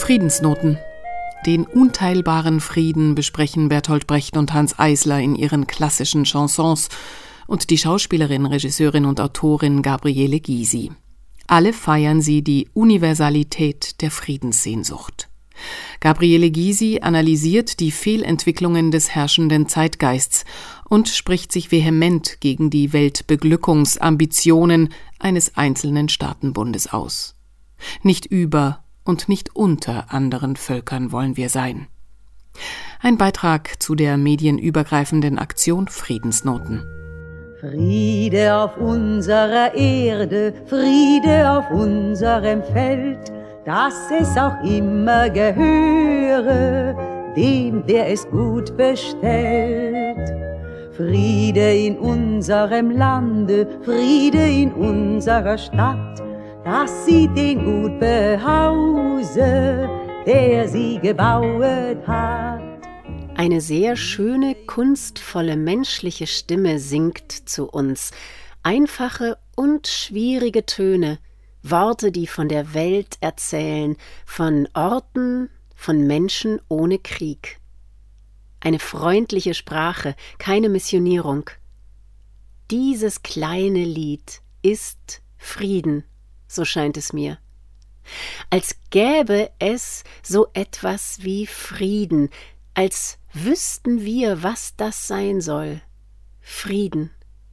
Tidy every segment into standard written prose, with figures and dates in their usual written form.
Friedensnoten. Den unteilbaren Frieden besprechen Bertolt Brecht und Hanns Eisler in ihren klassischen Chansons und die Schauspielerin, Regisseurin und Autorin Gabriele Gysi. Alle feiern sie die Universalität der Friedenssehnsucht. Gabriele Gysi analysiert die Fehlentwicklungen des herrschenden Zeitgeists und spricht sich vehement gegen die Weltbeglückungsambitionen eines einzelnen Staatenbundes aus. Nicht über und nicht unter anderen Völkern wollen wir sein. Ein Beitrag zu der medienübergreifenden Aktion Friedensnoten. Friede auf unserer Erde, Friede auf unserem Feld, dass es auch immer gehöre dem, der es gut bestellt. Friede in unserem Lande, Friede in unserer Stadt, dass sie den gut behause, der sie gebaut hat. Eine sehr schöne, kunstvolle, menschliche Stimme singt zu uns. Einfache und schwierige Töne, Worte, die von der Welt erzählen, von Orten, von Menschen ohne Krieg. Eine freundliche Sprache, keine Missionierung. Dieses kleine Lied ist Frieden, so scheint es mir. Als gäbe es so etwas wie Frieden, als wüssten wir, was das sein soll. Frieden.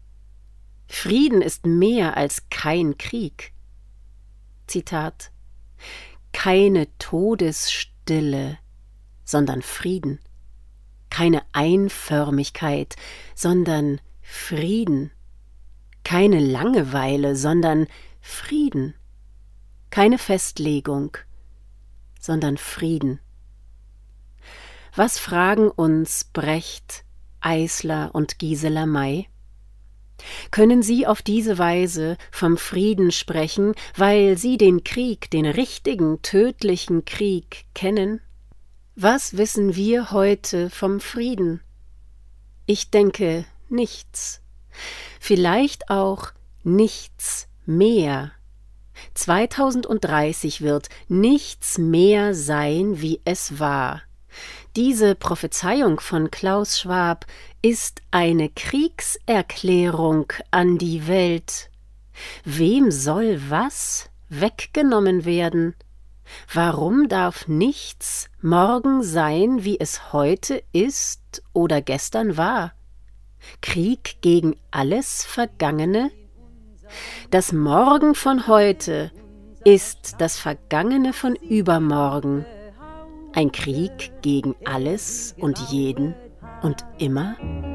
Frieden ist mehr als kein Krieg. Zitat: Keine Todesstille, sondern Frieden. Keine Einförmigkeit, sondern Frieden. Keine Langeweile, sondern Frieden. Keine Festlegung, sondern Frieden. Was fragen uns Brecht, Eisler und Gisela May? Können Sie auf diese Weise vom Frieden sprechen, weil Sie den Krieg, den richtigen, tödlichen Krieg kennen? Was wissen wir heute vom Frieden? Ich denke, nichts. Vielleicht auch nichts mehr. 2030 wird nichts mehr sein, wie es war. Diese Prophezeiung von Klaus Schwab ist eine Kriegserklärung an die Welt. Wem soll was weggenommen werden? Warum darf nichts morgen sein, wie es heute ist oder gestern war? Krieg gegen alles Vergangene? Das Morgen von heute ist das Vergangene von übermorgen. Ein Krieg gegen alles und jeden und immer?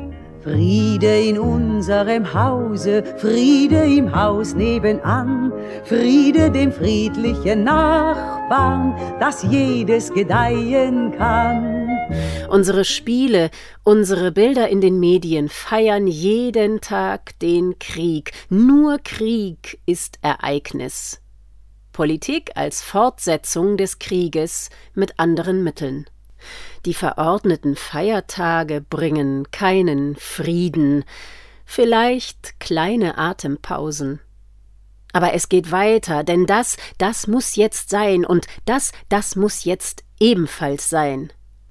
Friede in unserem Hause, Friede im Haus nebenan, Friede dem friedlichen Nachbarn, dass jedes gedeihen kann. Unsere Spiele, unsere Bilder in den Medien feiern jeden Tag den Krieg. Nur Krieg ist Ereignis. Politik als Fortsetzung des Krieges mit anderen Mitteln. Die verordneten Feiertage bringen keinen Frieden, vielleicht kleine Atempausen. Aber es geht weiter, denn das muss jetzt sein und das muss jetzt ebenfalls sein.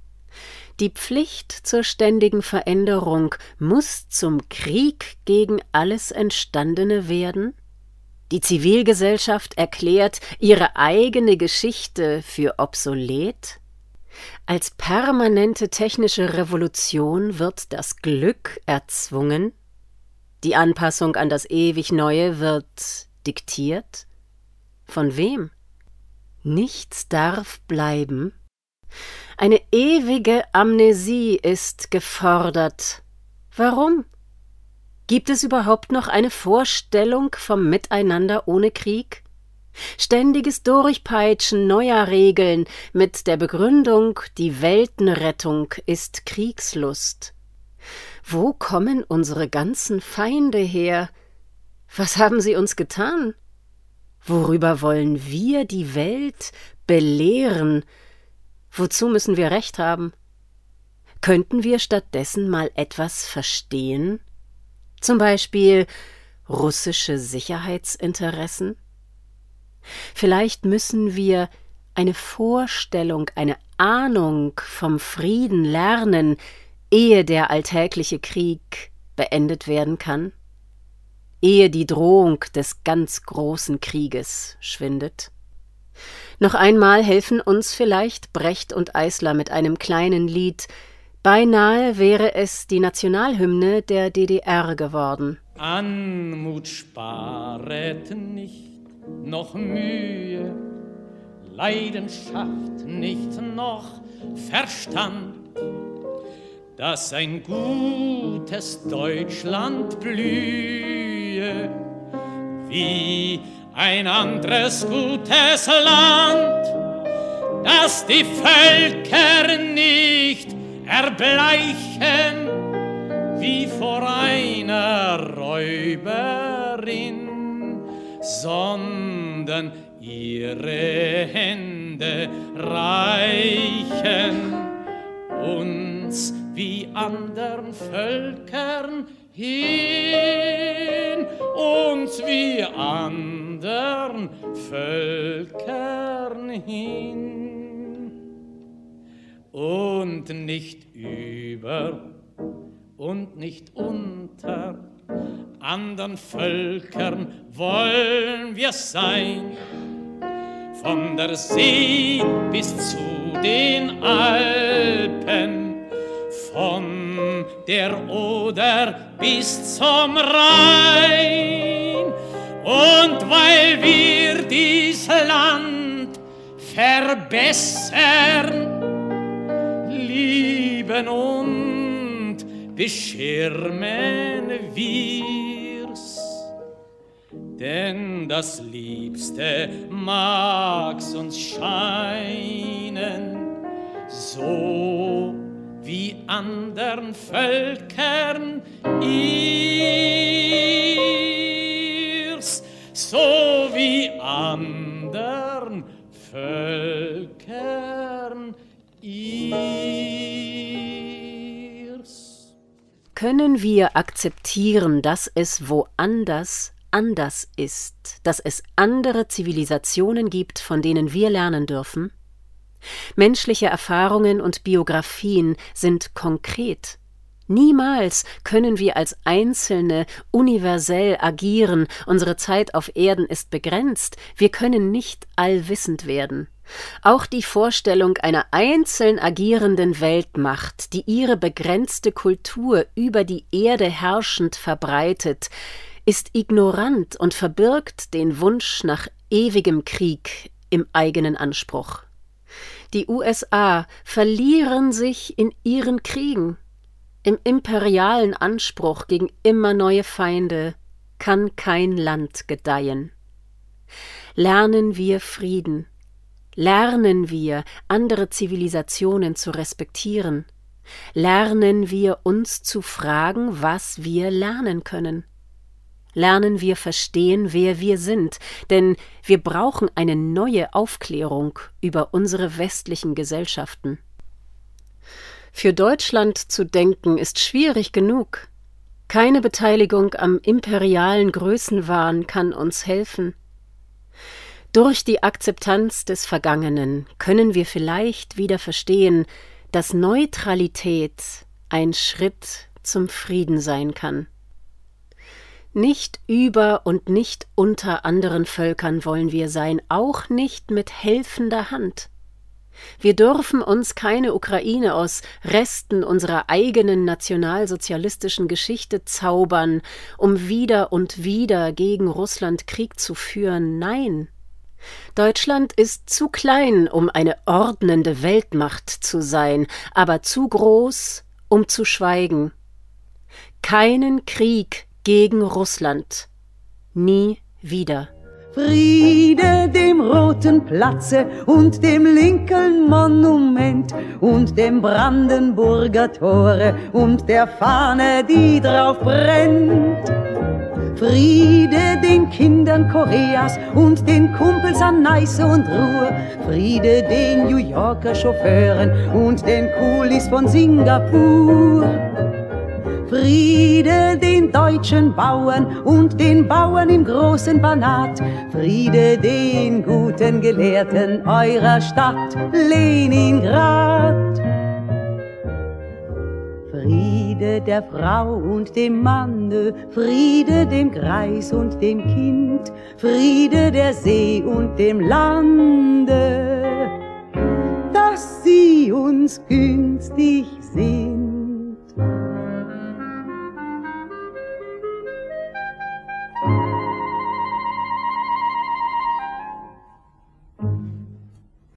Die Pflicht zur ständigen Veränderung muss zum Krieg gegen alles Entstandene werden? Die Zivilgesellschaft erklärt ihre eigene Geschichte für obsolet? Als permanente technische Revolution wird das Glück erzwungen? Die Anpassung an das ewig Neue wird diktiert? Von wem? Nichts darf bleiben? Eine ewige Amnesie ist gefordert. Warum? Gibt es überhaupt noch eine Vorstellung vom Miteinander ohne Krieg? Ständiges Durchpeitschen neuer Regeln mit der Begründung, die Weltenrettung ist Kriegslust. Wo kommen unsere ganzen Feinde her? Was haben sie uns getan? Worüber wollen wir die Welt belehren? Wozu müssen wir Recht haben? Könnten wir stattdessen mal etwas verstehen? Zum Beispiel russische Sicherheitsinteressen? Vielleicht müssen wir eine Vorstellung, eine Ahnung vom Frieden lernen, ehe der alltägliche Krieg beendet werden kann? Ehe die Drohung des ganz großen Krieges schwindet? Noch einmal helfen uns vielleicht Brecht und Eisler mit einem kleinen Lied. Beinahe wäre es die Nationalhymne der DDR geworden. Anmut sparet nicht, noch Mühe, Leidenschaft nicht, noch Verstand, dass ein gutes Deutschland blühe, wie ein anderes gutes Land, dass die Völker nicht erbleichen, wie vor einer Räuberin, sondern ihre Hände reichen uns wie anderen Völkern hin, uns wie anderen Völkern hin, und nicht über und nicht unter anderen Völkern wollen wir sein, von der See bis zu den Alpen, von der Oder bis zum Rhein. Und weil wir dies Land verbessern, lieben und beschirmen wir's, denn das Liebste mag's uns scheinen, so wie andern Völkern ihrs, so wie andern Völkern ihrs. Können wir akzeptieren, dass es woanders anders ist, dass es andere Zivilisationen gibt, von denen wir lernen dürfen? Menschliche Erfahrungen und Biografien sind konkret. Niemals können wir als Einzelne universell agieren. Unsere Zeit auf Erden ist begrenzt. Wir können nicht allwissend werden. Auch die Vorstellung einer einzeln agierenden Weltmacht, die ihre begrenzte Kultur über die Erde herrschend verbreitet, ist ignorant und verbirgt den Wunsch nach ewigem Krieg im eigenen Anspruch. Die USA verlieren sich in ihren Kriegen. Im imperialen Anspruch gegen immer neue Feinde kann kein Land gedeihen. Lernen wir Frieden. Lernen wir, andere Zivilisationen zu respektieren. Lernen wir, uns zu fragen, was wir lernen können. Lernen wir verstehen, wer wir sind, denn wir brauchen eine neue Aufklärung über unsere westlichen Gesellschaften. Für Deutschland zu denken ist schwierig genug. Keine Beteiligung am imperialen Größenwahn kann uns helfen. Durch die Akzeptanz des Vergangenen können wir vielleicht wieder verstehen, dass Neutralität ein Schritt zum Frieden sein kann. Nicht über und nicht unter anderen Völkern wollen wir sein, auch nicht mit helfender Hand. Wir dürfen uns keine Ukraine aus Resten unserer eigenen nationalsozialistischen Geschichte zaubern, um wieder und wieder gegen Russland Krieg zu führen. Nein. Deutschland ist zu klein, um eine ordnende Weltmacht zu sein, aber zu groß, um zu schweigen. Keinen Krieg gegen Russland. Nie wieder. Friede dem Roten Platze und dem Lincoln-Monument und dem Brandenburger Tore und der Fahne, die drauf brennt. Friede den Kindern Koreas und den Kumpels an Neiße und Ruhr. Friede den New Yorker Chauffeuren und den Coolies von Singapur. Friede den deutschen Bauern und den Bauern im großen Banat. Friede den guten Gelehrten eurer Stadt Leningrad. Friede der Frau und dem Manne, Friede dem Greis und dem Kind, Friede der See und dem Lande, dass sie uns günstig sind.